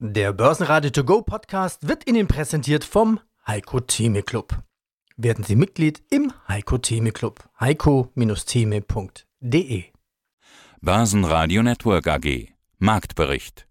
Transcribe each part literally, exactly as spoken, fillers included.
Der Börsenradio To Go Podcast wird Ihnen präsentiert vom Heiko Theme Club. Werden Sie Mitglied im Heiko Theme Club. heiko Theme punkt de. Börsenradio Network A G. Marktbericht.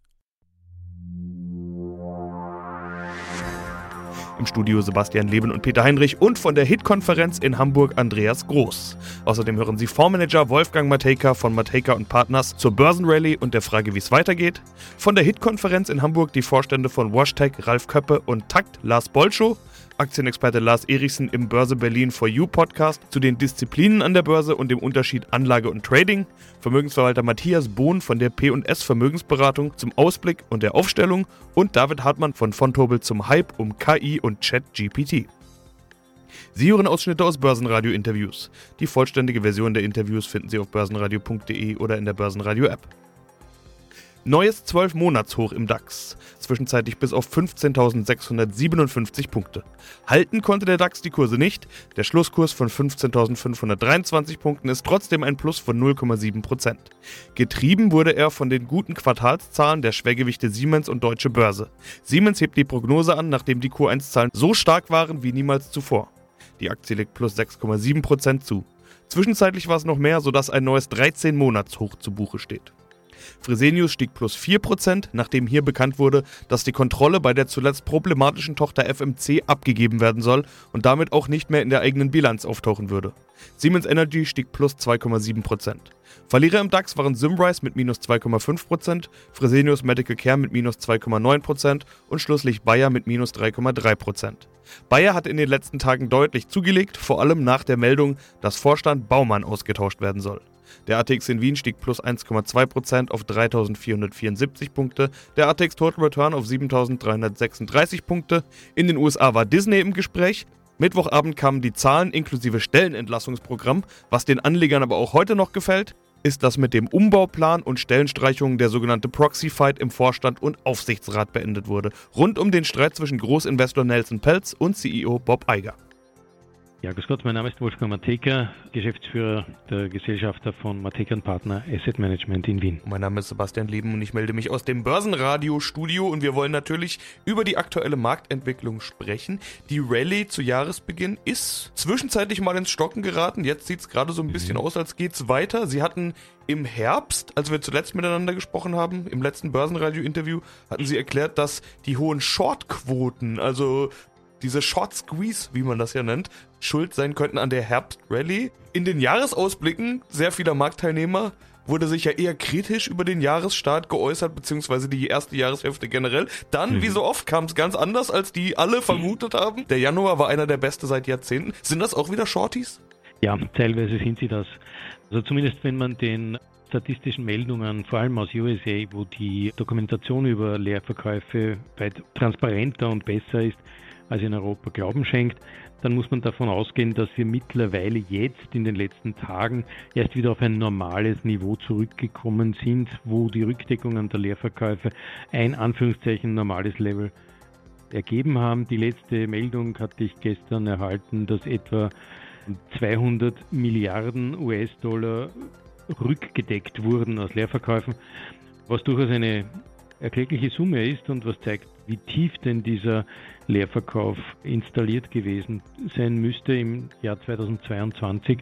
Im Studio Sebastian Leben und Peter Heinrich und von der H I T-Konferenz in Hamburg Andreas Groß. Außerdem hören Sie Fondsmanager Wolfgang Matejka von Matejka und Partners zur Börsenrallye und der Frage, wie es weitergeht. Von der H I T-Konferenz in Hamburg die Vorstände von WashTec Ralf Köppe und Takt Lars Bolschow. Aktienexperte Lars Erichsen im Börse Berlin for You Podcast zu den Disziplinen an der Börse und dem Unterschied Anlage und Trading. Vermögensverwalter Matthias Bohn von der P und S Vermögensberatung zum Ausblick und der Aufstellung und David Hartmann von Vontobel zum Hype um K I und ChatGPT. Sie hören Ausschnitte aus Börsenradio-Interviews. Die vollständige Version der Interviews finden Sie auf börsenradio punkt de oder in der Börsenradio-App. Neues zwölf-Monats-Hoch im DAX, zwischenzeitlich bis auf fünfzehntausendsechshundertsiebenundfünfzig Punkte. Halten konnte der DAX die Kurse nicht, der Schlusskurs von fünfzehntausendfünfhundertdreiundzwanzig Punkten ist trotzdem ein Plus von null Komma sieben Prozent. Getrieben wurde er von den guten Quartalszahlen der Schwergewichte Siemens und Deutsche Börse. Siemens hebt die Prognose an, nachdem die Q eins Zahlen so stark waren wie niemals zuvor. Die Aktie legt plus sechs Komma sieben Prozent zu. Zwischenzeitlich war es noch mehr, sodass ein neues dreizehn-Monats-Hoch zu Buche steht. Fresenius stieg plus vier Prozent, nachdem hier bekannt wurde, dass die Kontrolle bei der zuletzt problematischen Tochter F M C abgegeben werden soll und damit auch nicht mehr in der eigenen Bilanz auftauchen würde. Siemens Energy stieg plus zwei Komma sieben Prozent. Verlierer im DAX waren Symrise mit minus zwei Komma fünf Prozent, Fresenius Medical Care mit minus zwei Komma neun Prozent und schlusslich Bayer mit minus drei Komma drei Prozent. Bayer hat in den letzten Tagen deutlich zugelegt, vor allem nach der Meldung, dass Vorstand Baumann ausgetauscht werden soll. Der A T X in Wien stieg plus eins Komma zwei Prozent auf dreitausendvierhundertvierundsiebzig Punkte, der A T X Total Return auf siebentausenddreihundertsechsunddreißig Punkte. In den U S A war Disney im Gespräch. Mittwochabend kamen die Zahlen inklusive Stellenentlassungsprogramm. Was den Anlegern aber auch heute noch gefällt, ist, dass mit dem Umbauplan und Stellenstreichungen der sogenannte Proxy-Fight im Vorstand und Aufsichtsrat beendet wurde. Rund um den Streit zwischen Großinvestor Nelson Peltz und C E O Bob Iger. Ja, grüß Gott, mein Name ist Wolfgang Matejka, Geschäftsführer der Gesellschafter von Matejka und Partner Asset Management in Wien. Mein Name ist Sebastian Leben und ich melde mich aus dem Börsenradio-Studio und wir wollen natürlich über die aktuelle Marktentwicklung sprechen. Die Rallye zu Jahresbeginn ist zwischenzeitlich mal ins Stocken geraten, jetzt sieht es gerade so ein bisschen mhm. aus, als geht's weiter. Sie hatten im Herbst, als wir zuletzt miteinander gesprochen haben, im letzten Börsenradio-Interview, hatten Sie erklärt, dass die hohen Shortquoten, also diese Short Squeeze, wie man das ja nennt, schuld sein könnten an der Herbst-Rallye. In den Jahresausblicken sehr vieler Marktteilnehmer wurde sich ja eher kritisch über den Jahresstart geäußert, beziehungsweise die erste Jahreshälfte generell. Dann, mhm. wie so oft, kam es ganz anders, als die alle vermutet haben. Der Januar war einer der beste seit Jahrzehnten. Sind das auch wieder Shorties? Ja, teilweise sind sie das. Also zumindest wenn man den statistischen Meldungen, vor allem aus U S A, wo die Dokumentation über Leerverkäufe weit transparenter und besser ist, als in Europa Glauben schenkt, dann muss man davon ausgehen, dass wir mittlerweile jetzt in den letzten Tagen erst wieder auf ein normales Niveau zurückgekommen sind, wo die Rückdeckungen der Leerverkäufe ein Anführungszeichen normales Level ergeben haben. Die letzte Meldung hatte ich gestern erhalten, dass etwa zweihundert Milliarden U S-Dollar rückgedeckt wurden aus Leerverkäufen, was durchaus eine erklägliche Summe ist und was zeigt, wie tief denn dieser Leerverkauf installiert gewesen sein müsste im Jahr zweitausendzweiundzwanzig.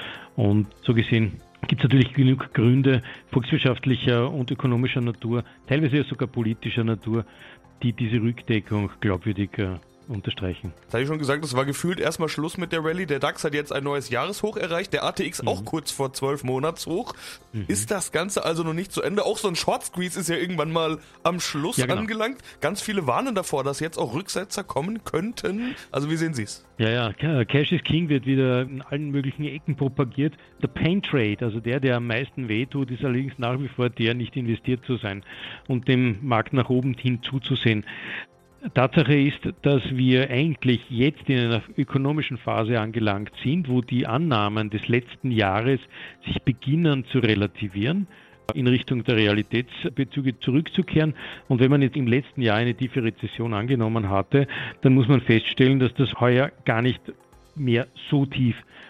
Und so gesehen gibt es natürlich genug Gründe volkswirtschaftlicher und ökonomischer Natur, teilweise sogar politischer Natur, die diese Rückdeckung glaubwürdiger unterstreichen. Das hatte ich schon gesagt, es war gefühlt erstmal Schluss mit der Rallye. Der DAX hat jetzt ein neues Jahreshoch erreicht, der A T X mhm. auch kurz vor zwölf Monatshoch. Mhm. Ist das Ganze also noch nicht zu Ende? Auch so ein Short Squeeze ist ja irgendwann mal am Schluss ja, genau. angelangt. Ganz viele warnen davor, dass jetzt auch Rücksetzer kommen könnten. Also wie sehen Sie es? Ja, ja, Cash is King wird wieder in allen möglichen Ecken propagiert. Der Pain Trade, also der, der am meisten wehtut, ist allerdings nach wie vor der, nicht investiert zu sein und dem Markt nach oben hin zuzusehen. Tatsache ist, dass wir eigentlich jetzt in einer ökonomischen Phase angelangt sind, wo die Annahmen des letzten Jahres sich beginnen zu relativieren, in Richtung der Realitätsbezüge zurückzukehren. Und wenn man jetzt im letzten Jahr eine tiefe Rezession angenommen hatte, dann muss man feststellen, dass das heuer gar nicht mehr so tief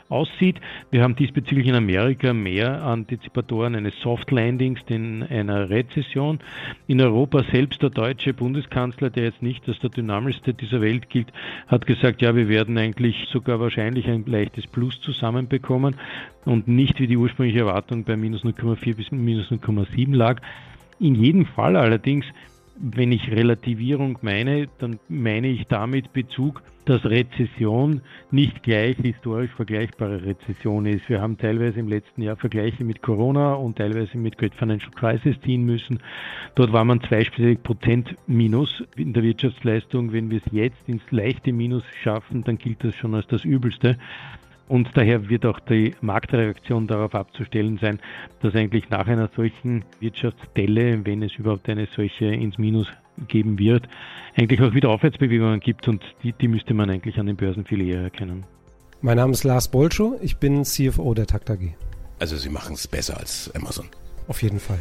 aussieht. Wir haben diesbezüglich in Amerika mehr Antizipatoren eines Soft Landings denn einer Rezession. In Europa selbst der deutsche Bundeskanzler, der jetzt nicht als der dynamischste dieser Welt gilt, hat gesagt, ja, wir werden eigentlich sogar wahrscheinlich ein leichtes Plus zusammenbekommen und nicht wie die ursprüngliche Erwartung bei minus null Komma vier bis minus null Komma sieben lag. In jedem Fall allerdings, wenn ich Relativierung meine, dann meine ich damit Bezug, dass Rezession nicht gleich historisch vergleichbare Rezession ist. Wir haben teilweise im letzten Jahr Vergleiche mit Corona und teilweise mit Great Financial Crisis ziehen müssen. Dort war man zweistellig Prozent Minus in der Wirtschaftsleistung. Wenn wir es jetzt ins leichte Minus schaffen, dann gilt das schon als das Übelste. Und daher wird auch die Marktreaktion darauf abzustellen sein, dass eigentlich nach einer solchen Wirtschaftsdelle, wenn es überhaupt eine solche ins Minus geben wird, eigentlich auch wieder Aufwärtsbewegungen gibt und die, die müsste man eigentlich an den Börsen viel eher erkennen. Mein Name ist Lars Bolschow, ich bin C F O der Takt A G. Also Sie machen es besser als Amazon. Auf jeden Fall.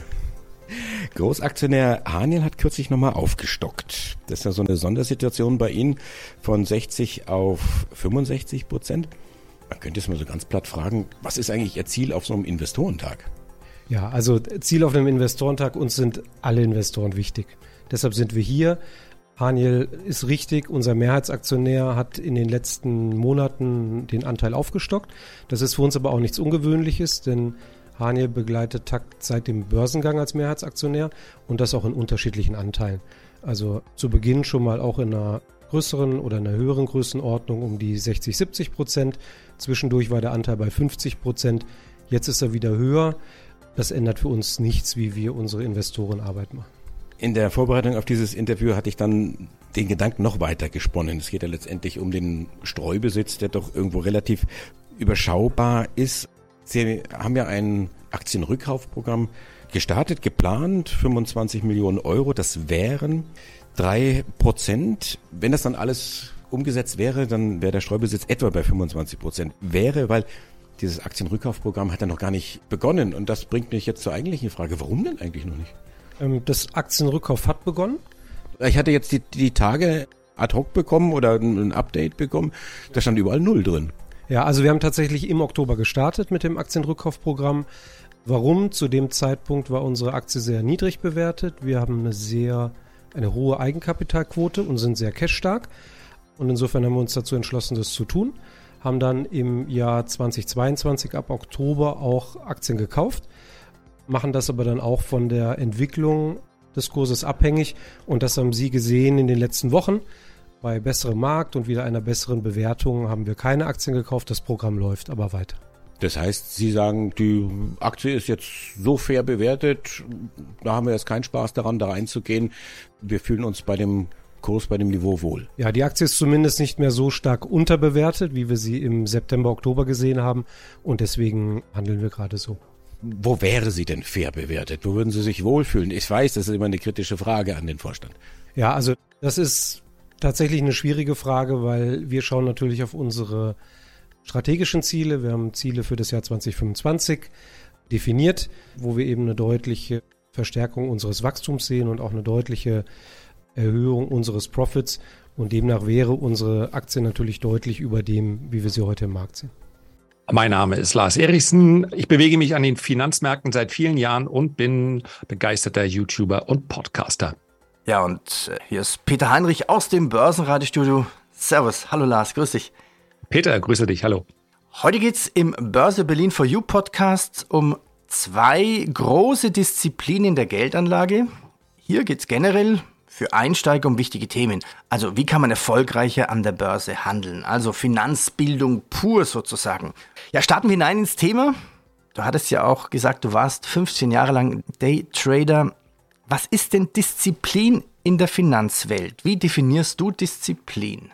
Großaktionär Haniel hat kürzlich nochmal aufgestockt. Das ist ja so eine Sondersituation bei Ihnen von sechzig auf fünfundsechzig Prozent. Man könnte es mal so ganz platt fragen, was ist eigentlich Ihr Ziel auf so einem Investorentag? Ja, also Ziel auf einem Investorentag, uns sind alle Investoren wichtig. Deshalb sind wir hier. Haniel ist richtig, unser Mehrheitsaktionär hat in den letzten Monaten den Anteil aufgestockt. Das ist für uns aber auch nichts Ungewöhnliches, denn Haniel begleitet Takt seit dem Börsengang als Mehrheitsaktionär und das auch in unterschiedlichen Anteilen. Also zu Beginn schon mal auch in einer größeren oder einer höheren Größenordnung um die sechzig, siebzig Prozent. Zwischendurch war der Anteil bei fünfzig Prozent. Jetzt ist er wieder höher. Das ändert für uns nichts, wie wir unsere Investorenarbeit machen. In der Vorbereitung auf dieses Interview hatte ich dann den Gedanken noch weiter gesponnen. Es geht ja letztendlich um den Streubesitz, der doch irgendwo relativ überschaubar ist. Sie haben ja ein Aktienrückkaufprogramm gestartet, geplant, fünfundzwanzig Millionen Euro. Das wären drei Prozent. Wenn das dann alles umgesetzt wäre, dann wäre der Streubesitz etwa bei fünfundzwanzig Prozent. Wäre, weil dieses Aktienrückkaufprogramm hat ja noch gar nicht begonnen. Und das bringt mich jetzt zur eigentlichen Frage, warum denn eigentlich noch nicht? Das Aktienrückkauf hat begonnen. Ich hatte jetzt die, die Tage ad hoc bekommen oder ein Update bekommen, da stand überall null drin. Ja, also wir haben tatsächlich im Oktober gestartet mit dem Aktienrückkaufprogramm. Warum? Zu dem Zeitpunkt war unsere Aktie sehr niedrig bewertet. Wir haben eine sehr, eine hohe Eigenkapitalquote und sind sehr cashstark. Und insofern haben wir uns dazu entschlossen, das zu tun. Haben dann im Jahr zweitausendzweiundzwanzig ab Oktober auch Aktien gekauft. Machen das aber dann auch von der Entwicklung des Kurses abhängig. Und das haben Sie gesehen in den letzten Wochen. Bei besserem Markt und wieder einer besseren Bewertung haben wir keine Aktien gekauft. Das Programm läuft aber weiter. Das heißt, Sie sagen, die Aktie ist jetzt so fair bewertet, da haben wir jetzt keinen Spaß daran, da reinzugehen. Wir fühlen uns bei dem Kurs, bei dem Niveau wohl. Ja, die Aktie ist zumindest nicht mehr so stark unterbewertet, wie wir sie im September, Oktober gesehen haben. Und deswegen handeln wir gerade so. Wo wäre sie denn fair bewertet? Wo würden Sie sich wohlfühlen? Ich weiß, das ist immer eine kritische Frage an den Vorstand. Ja, also das ist tatsächlich eine schwierige Frage, weil wir schauen natürlich auf unsere strategischen Ziele. Wir haben Ziele für das Jahr zwanzig fünfundzwanzig definiert, wo wir eben eine deutliche Verstärkung unseres Wachstums sehen und auch eine deutliche Erhöhung unseres Profits. Und demnach wäre unsere Aktie natürlich deutlich über dem, wie wir sie heute im Markt sehen. Mein Name ist Lars Erichsen. Ich bewege mich an den Finanzmärkten seit vielen Jahren und bin begeisterter YouTuber und Podcaster. Ja, und hier ist Peter Heinrich aus dem Börsenradiostudio. Servus, hallo Lars, grüß dich. Peter, grüße dich, hallo. Heute geht's im Börse Berlin for You Podcast um zwei große Disziplinen der Geldanlage. Hier geht's generell für Einsteiger um wichtige Themen. Also wie kann man erfolgreicher an der Börse handeln? Also Finanzbildung pur sozusagen. Ja, starten wir hinein ins Thema. Du hattest ja auch gesagt, du warst fünfzehn Jahre lang Daytrader. Was ist denn Disziplin in der Finanzwelt? Wie definierst du Disziplin?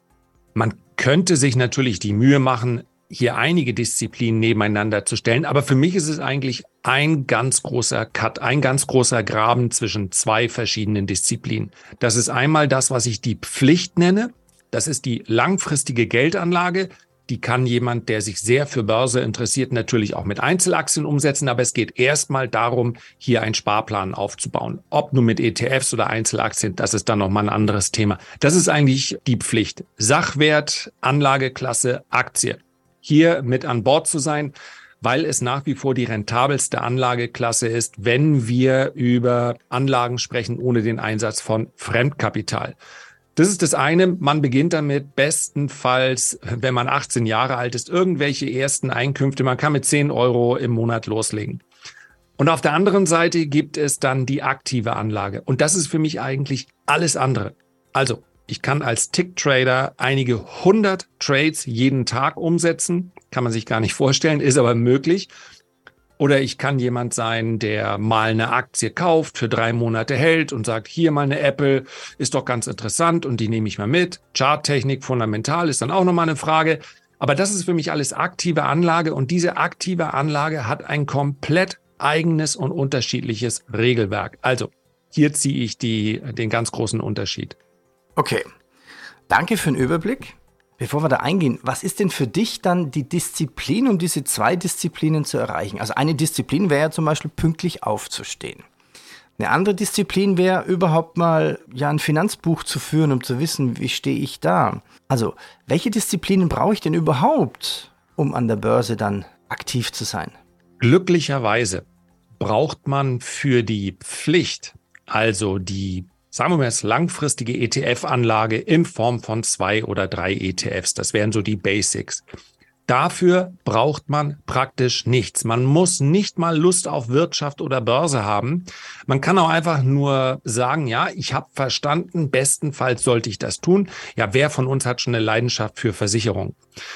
Man könnte sich natürlich die Mühe machen, hier einige Disziplinen nebeneinander zu stellen. Aber für mich ist es eigentlich ein ganz großer Cut, ein ganz großer Graben zwischen zwei verschiedenen Disziplinen. Das ist einmal das, was ich die Pflicht nenne. Das ist die langfristige Geldanlage. Die kann jemand, der sich sehr für Börse interessiert, natürlich auch mit Einzelaktien umsetzen. Aber es geht erstmal darum, hier einen Sparplan aufzubauen. Ob nur mit E T Fs oder Einzelaktien, das ist dann nochmal ein anderes Thema. Das ist eigentlich die Pflicht. Sachwert, Anlageklasse, Aktie. hier mit an Bord zu sein, weil es nach wie vor die rentabelste Anlageklasse ist, wenn wir über Anlagen sprechen ohne den Einsatz von Fremdkapital. Das ist das eine. Man beginnt damit bestenfalls, wenn man achtzehn Jahre alt ist, irgendwelche ersten Einkünfte. Man kann mit zehn Euro im Monat loslegen. Und auf der anderen Seite gibt es dann die aktive Anlage. Und das ist für mich eigentlich alles andere. Also, ich kann als Tick-Trader einige hundert Trades jeden Tag umsetzen. Kann man sich gar nicht vorstellen, ist aber möglich. Oder ich kann jemand sein, der mal eine Aktie kauft, für drei Monate hält und sagt, hier mal eine Apple, ist doch ganz interessant und die nehme ich mal mit. Charttechnik, fundamental ist dann auch nochmal eine Frage. Aber das ist für mich alles aktive Anlage und diese aktive Anlage hat ein komplett eigenes und unterschiedliches Regelwerk. Also hier ziehe ich die, den ganz großen Unterschied. Okay, danke für den Überblick. Bevor wir da eingehen, was ist denn für dich dann die Disziplin, um diese zwei Disziplinen zu erreichen? Also eine Disziplin wäre ja zum Beispiel pünktlich aufzustehen. Eine andere Disziplin wäre überhaupt mal ja ein Finanzbuch zu führen, um zu wissen, wie stehe ich da. Also welche Disziplinen brauche ich denn überhaupt, um an der Börse dann aktiv zu sein? Glücklicherweise braucht man für die Pflicht, also die sagen wir mal, jetzt langfristige E T F-Anlage in Form von zwei oder drei E T Fs. Das wären so die Basics. Dafür braucht man praktisch nichts. Man muss nicht mal Lust auf Wirtschaft oder Börse haben. Man kann auch einfach nur sagen, ja, ich habe verstanden, bestenfalls sollte ich das tun. Ja, wer von uns hat schon eine Leidenschaft für Versicherung?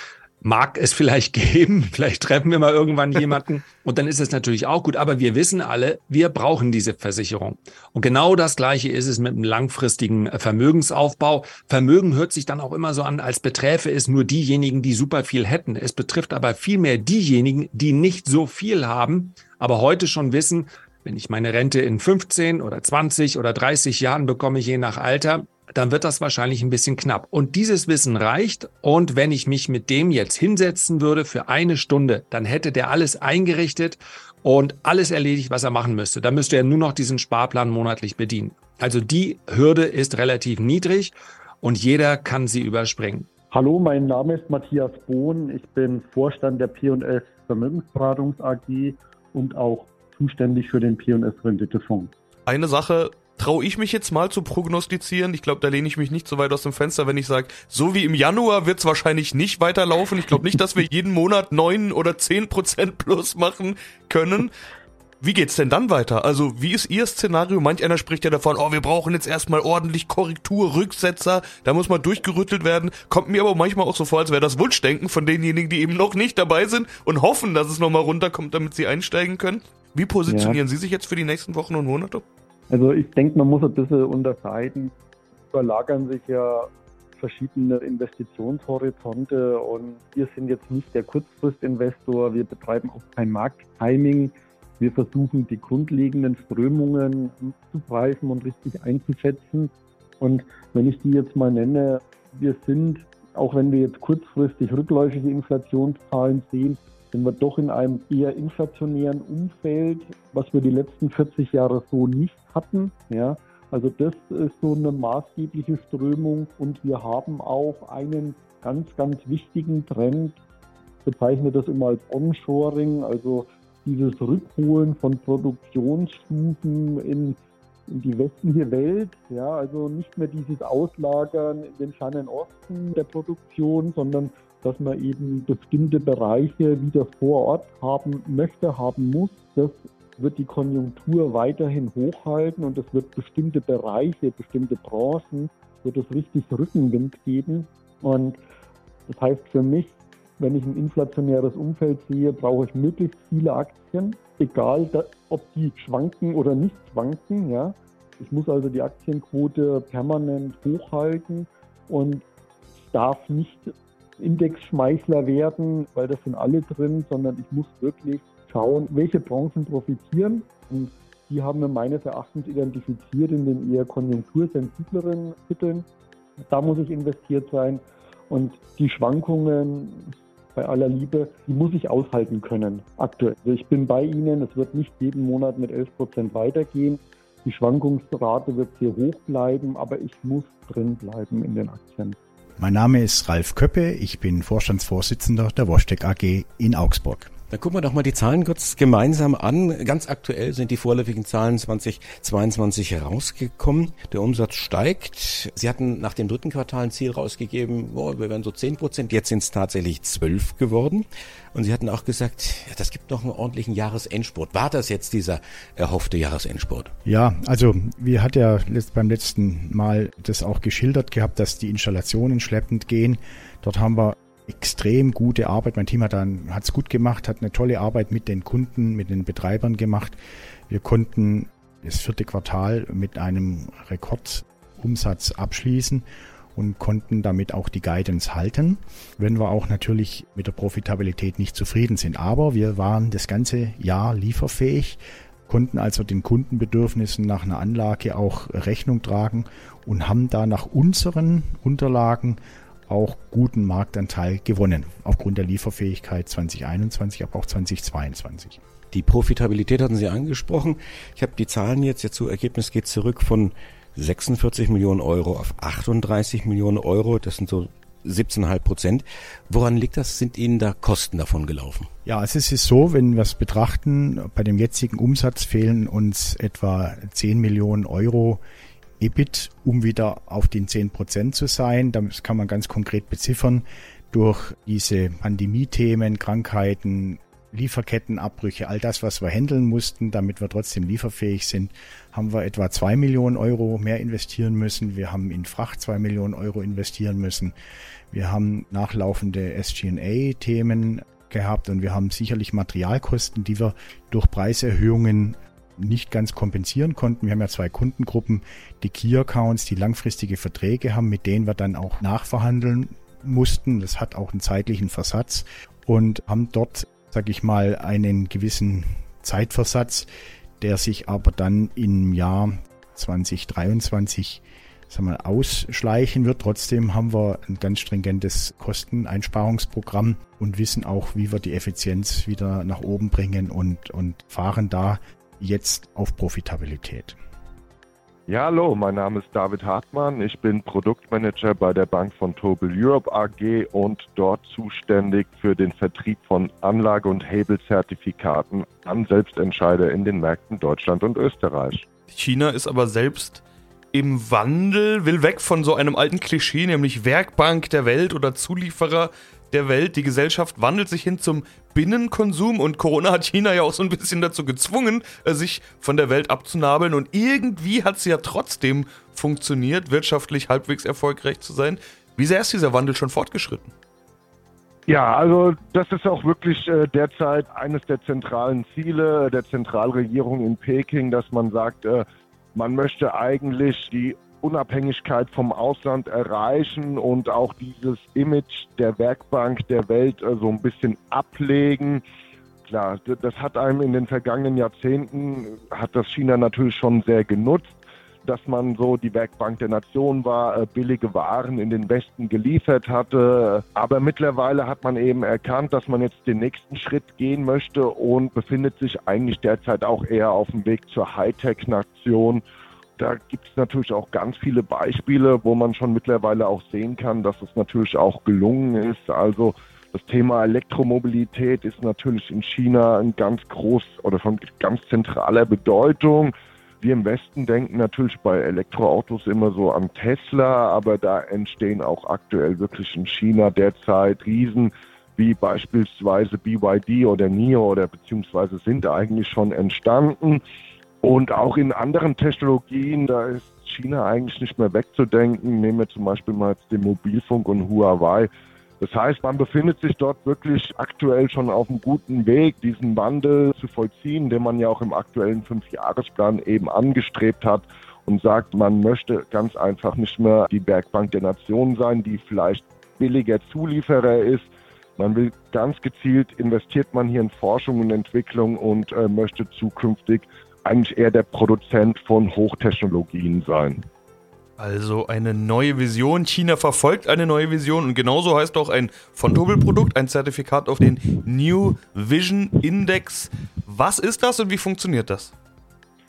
Mag es vielleicht geben, vielleicht treffen wir mal irgendwann jemanden und dann ist es natürlich auch gut, aber wir wissen alle, wir brauchen diese Versicherung. Und genau das Gleiche ist es mit einem langfristigen Vermögensaufbau. Vermögen hört sich dann auch immer so an, als beträfe es nur diejenigen, die super viel hätten. Es betrifft aber vielmehr diejenigen, die nicht so viel haben, aber heute schon wissen, wenn ich meine Rente in fünfzehn oder zwanzig oder dreißig Jahren bekomme, je nach Alter, dann wird das wahrscheinlich ein bisschen knapp. Und dieses Wissen reicht. Und wenn ich mich mit dem jetzt hinsetzen würde für eine Stunde, dann hätte der alles eingerichtet und alles erledigt, was er machen müsste. Dann müsste er nur noch diesen Sparplan monatlich bedienen. Also die Hürde ist relativ niedrig und jeder kann sie überspringen. Hallo, mein Name ist Matthias Bohn. Ich bin Vorstand der P und S Vermögensberatungs A G und auch zuständig für den P und S Renditefonds. Eine Sache traue ich mich jetzt mal zu prognostizieren. Ich glaube, da lehne ich mich nicht so weit aus dem Fenster, wenn ich sage, so wie im Januar wird es wahrscheinlich nicht weiterlaufen. Ich glaube nicht, dass wir jeden Monat neun oder zehn Prozent plus machen können. Wie geht's denn dann weiter? Also wie ist Ihr Szenario? Manch einer spricht ja davon, oh, wir brauchen jetzt erstmal ordentlich Korrektur, Rücksetzer, da muss mal durchgerüttelt werden. Kommt mir aber manchmal auch so vor, als wäre das Wunschdenken von denjenigen, die eben noch nicht dabei sind und hoffen, dass es nochmal runterkommt, damit sie einsteigen können. Wie positionieren ja. Sie sich jetzt für die nächsten Wochen und Monate? Also ich denke, man muss ein bisschen unterscheiden. Überlagern sich ja verschiedene Investitionshorizonte und wir sind jetzt nicht der Kurzfristinvestor, wir betreiben auch kein Markttiming. Wir versuchen, die grundlegenden Strömungen zu preisen und richtig einzuschätzen. Und wenn ich die jetzt mal nenne, wir sind, auch wenn wir jetzt kurzfristig rückläufige Inflationszahlen sehen, sind wir doch in einem eher inflationären Umfeld, was wir die letzten vierzig Jahre so nicht hatten. Ja, also das ist so eine maßgebliche Strömung und wir haben auch einen ganz, ganz wichtigen Trend. Ich bezeichne das immer als Onshoring, also dieses Rückholen von Produktionsstufen in, in die westliche Welt. Ja, also nicht mehr dieses Auslagern in den fernen Osten der Produktion, sondern dass man eben bestimmte Bereiche wieder vor Ort haben möchte, haben muss. Das wird die Konjunktur weiterhin hochhalten und es wird bestimmte Bereiche, bestimmte Branchen, wird es richtig Rückenwind geben. Und das heißt für mich, wenn ich ein inflationäres Umfeld sehe, brauche ich möglichst viele Aktien, egal ob die schwanken oder nicht schwanken. Ja. Ich muss also die Aktienquote permanent hochhalten und es darf nicht Indexschmeichler werden, weil das sind alle drin, sondern ich muss wirklich schauen, welche Branchen profitieren. Und die haben wir meines Erachtens identifiziert in den eher konjunktursensibleren Titeln. Da muss ich investiert sein. Und die Schwankungen, bei aller Liebe, die muss ich aushalten können aktuell. Also ich bin bei Ihnen, es wird nicht jeden Monat mit elf Prozent weitergehen. Die Schwankungsrate wird sehr hoch bleiben, aber ich muss drin bleiben in den Aktien. Mein Name ist Ralf Köppe, ich bin Vorstandsvorsitzender der WashTec A G in Augsburg. Dann gucken wir doch mal die Zahlen kurz gemeinsam an. Ganz aktuell sind die vorläufigen Zahlen zweitausendzweiundzwanzig herausgekommen. Der Umsatz steigt. Sie hatten nach dem dritten Quartal ein Ziel rausgegeben, oh, wir werden so zehn Prozent. Jetzt sind es tatsächlich zwölf geworden. Und Sie hatten auch gesagt, ja, das gibt noch einen ordentlichen Jahresendspurt. War das jetzt dieser erhoffte Jahresendspurt? Ja, also wir hatten ja beim letzten Mal das auch geschildert gehabt, dass die Installationen schleppend gehen. Dort haben wir extrem gute Arbeit. Mein Team hat dann hat's gut gemacht, hat eine tolle Arbeit mit den Kunden, mit den Betreibern gemacht. Wir konnten das vierte Quartal mit einem Rekordumsatz abschließen und konnten damit auch die Guidance halten, wenn wir auch natürlich mit der Profitabilität nicht zufrieden sind. Aber wir waren das ganze Jahr lieferfähig, konnten also den Kundenbedürfnissen nach einer Anlage auch Rechnung tragen und haben da nach unseren Unterlagen auch guten Marktanteil gewonnen, aufgrund der Lieferfähigkeit zwanzig einundzwanzig, aber auch zwanzig zweiundzwanzig. Die Profitabilität hatten Sie angesprochen. Ich habe die Zahlen jetzt, jetzt zu Ergebnis geht zurück von sechsundvierzig Millionen Euro auf achtunddreißig Millionen Euro. Das sind so siebzehn Komma fünf Prozent. Woran liegt das? Sind Ihnen da Kosten davon gelaufen? Ja, es ist so, wenn wir es betrachten, bei dem jetzigen Umsatz fehlen uns etwa zehn Millionen Euro E B I T, um wieder auf den zehn Prozent zu sein. Das kann man ganz konkret beziffern. Durch diese Pandemie-Themen, Krankheiten, Lieferkettenabbrüche, all das, was wir handeln mussten, damit wir trotzdem lieferfähig sind, haben wir etwa zwei Millionen Euro mehr investieren müssen. Wir haben in Fracht zwei Millionen Euro investieren müssen. Wir haben nachlaufende S G und A-Themen gehabt und wir haben sicherlich Materialkosten, die wir durch Preiserhöhungen nicht ganz kompensieren konnten. Wir haben ja zwei Kundengruppen, die Key-Accounts, die langfristige Verträge haben, mit denen wir dann auch nachverhandeln mussten. Das hat auch einen zeitlichen Versatz und haben dort, sage ich mal, einen gewissen Zeitversatz, der sich aber dann im Jahr zwanzig dreiundzwanzig sagen wir, ausschleichen wird. Trotzdem haben wir ein ganz stringentes Kosteneinsparungsprogramm und wissen auch, wie wir die Effizienz wieder nach oben bringen und, und fahren da jetzt auf Profitabilität. Ja, hallo, mein Name ist David Hartmann. Ich bin Produktmanager bei der Bank Vontobel Europe A G und dort zuständig für den Vertrieb von Anlage- und Hebelzertifikaten an Selbstentscheider in den Märkten Deutschland und Österreich. China ist aber selbst im Wandel, will weg von so einem alten Klischee, nämlich Werkbank der Welt oder Zulieferer der Welt. Die Gesellschaft wandelt sich hin zum Binnenkonsum und Corona hat China ja auch so ein bisschen dazu gezwungen, sich von der Welt abzunabeln und irgendwie hat es ja trotzdem funktioniert, wirtschaftlich halbwegs erfolgreich zu sein. Wie sehr ist dieser Wandel schon fortgeschritten? Ja, also das ist auch wirklich äh, derzeit eines der zentralen Ziele der Zentralregierung in Peking, dass man sagt, äh, man möchte eigentlich die Unabhängigkeit vom Ausland erreichen und auch dieses Image der Werkbank der Welt äh, so ein bisschen ablegen. Klar, das hat einem in den vergangenen Jahrzehnten, hat das China natürlich schon sehr genutzt, dass man so die Werkbank der Nation war, äh, billige Waren in den Westen geliefert hatte. Aber mittlerweile hat man eben erkannt, dass man jetzt den nächsten Schritt gehen möchte und befindet sich eigentlich derzeit auch eher auf dem Weg zur Hightech-Nation. Da gibt es natürlich auch ganz viele Beispiele, wo man schon mittlerweile auch sehen kann, dass es natürlich auch gelungen ist. Also das Thema Elektromobilität ist natürlich in China ein ganz groß oder von ganz zentraler Bedeutung. Wir im Westen denken natürlich bei Elektroautos immer so an Tesla, aber da entstehen auch aktuell wirklich in China derzeit Riesen wie beispielsweise B Y D oder N I O oder beziehungsweise sind eigentlich schon entstanden. Und auch in anderen Technologien, da ist China eigentlich nicht mehr wegzudenken. Nehmen wir zum Beispiel mal jetzt den Mobilfunk und Huawei. Das heißt, man befindet sich dort wirklich aktuell schon auf einem guten Weg, diesen Wandel zu vollziehen, den man ja auch im aktuellen Fünfjahresplan eben angestrebt hat und sagt, man möchte ganz einfach nicht mehr die Werkbank der Nation sein, die vielleicht billiger Zulieferer ist. Man will ganz gezielt, investiert man hier in Forschung und Entwicklung und äh, möchte zukünftig eigentlich eher der Produzent von Hochtechnologien sein. Also eine neue Vision. China verfolgt eine neue Vision und genauso heißt auch ein Vontobel-Produkt, ein Zertifikat auf den New Vision Index. Was ist das und wie funktioniert das?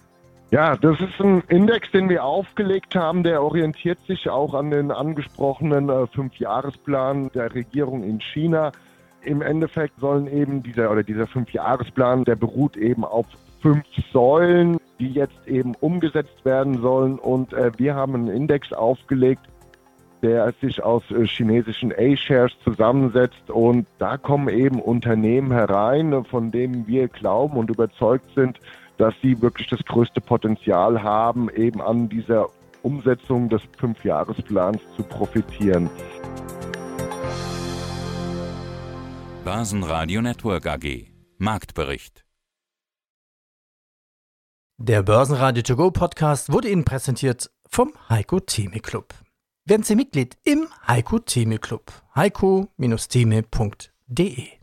Ja, das ist ein Index, den wir aufgelegt haben, der orientiert sich auch an den angesprochenen äh, Fünfjahresplan der Regierung in China. Im Endeffekt sollen eben dieser oder dieser Fünfjahresplan, der beruht eben auf fünf Säulen, die jetzt eben umgesetzt werden sollen. Und äh, wir haben einen Index aufgelegt, der sich aus äh, chinesischen A-Shares zusammensetzt. Und da kommen eben Unternehmen herein, von denen wir glauben und überzeugt sind, dass sie wirklich das größte Potenzial haben, eben an dieser Umsetzung des Fünfjahresplans zu profitieren. Börsenradio Network A G. Marktbericht. Der Börsenradio To Go Podcast wurde Ihnen präsentiert vom Heiko Theme Club. Werden Sie Mitglied im Heiko Theme Club. heiko Theme punkt de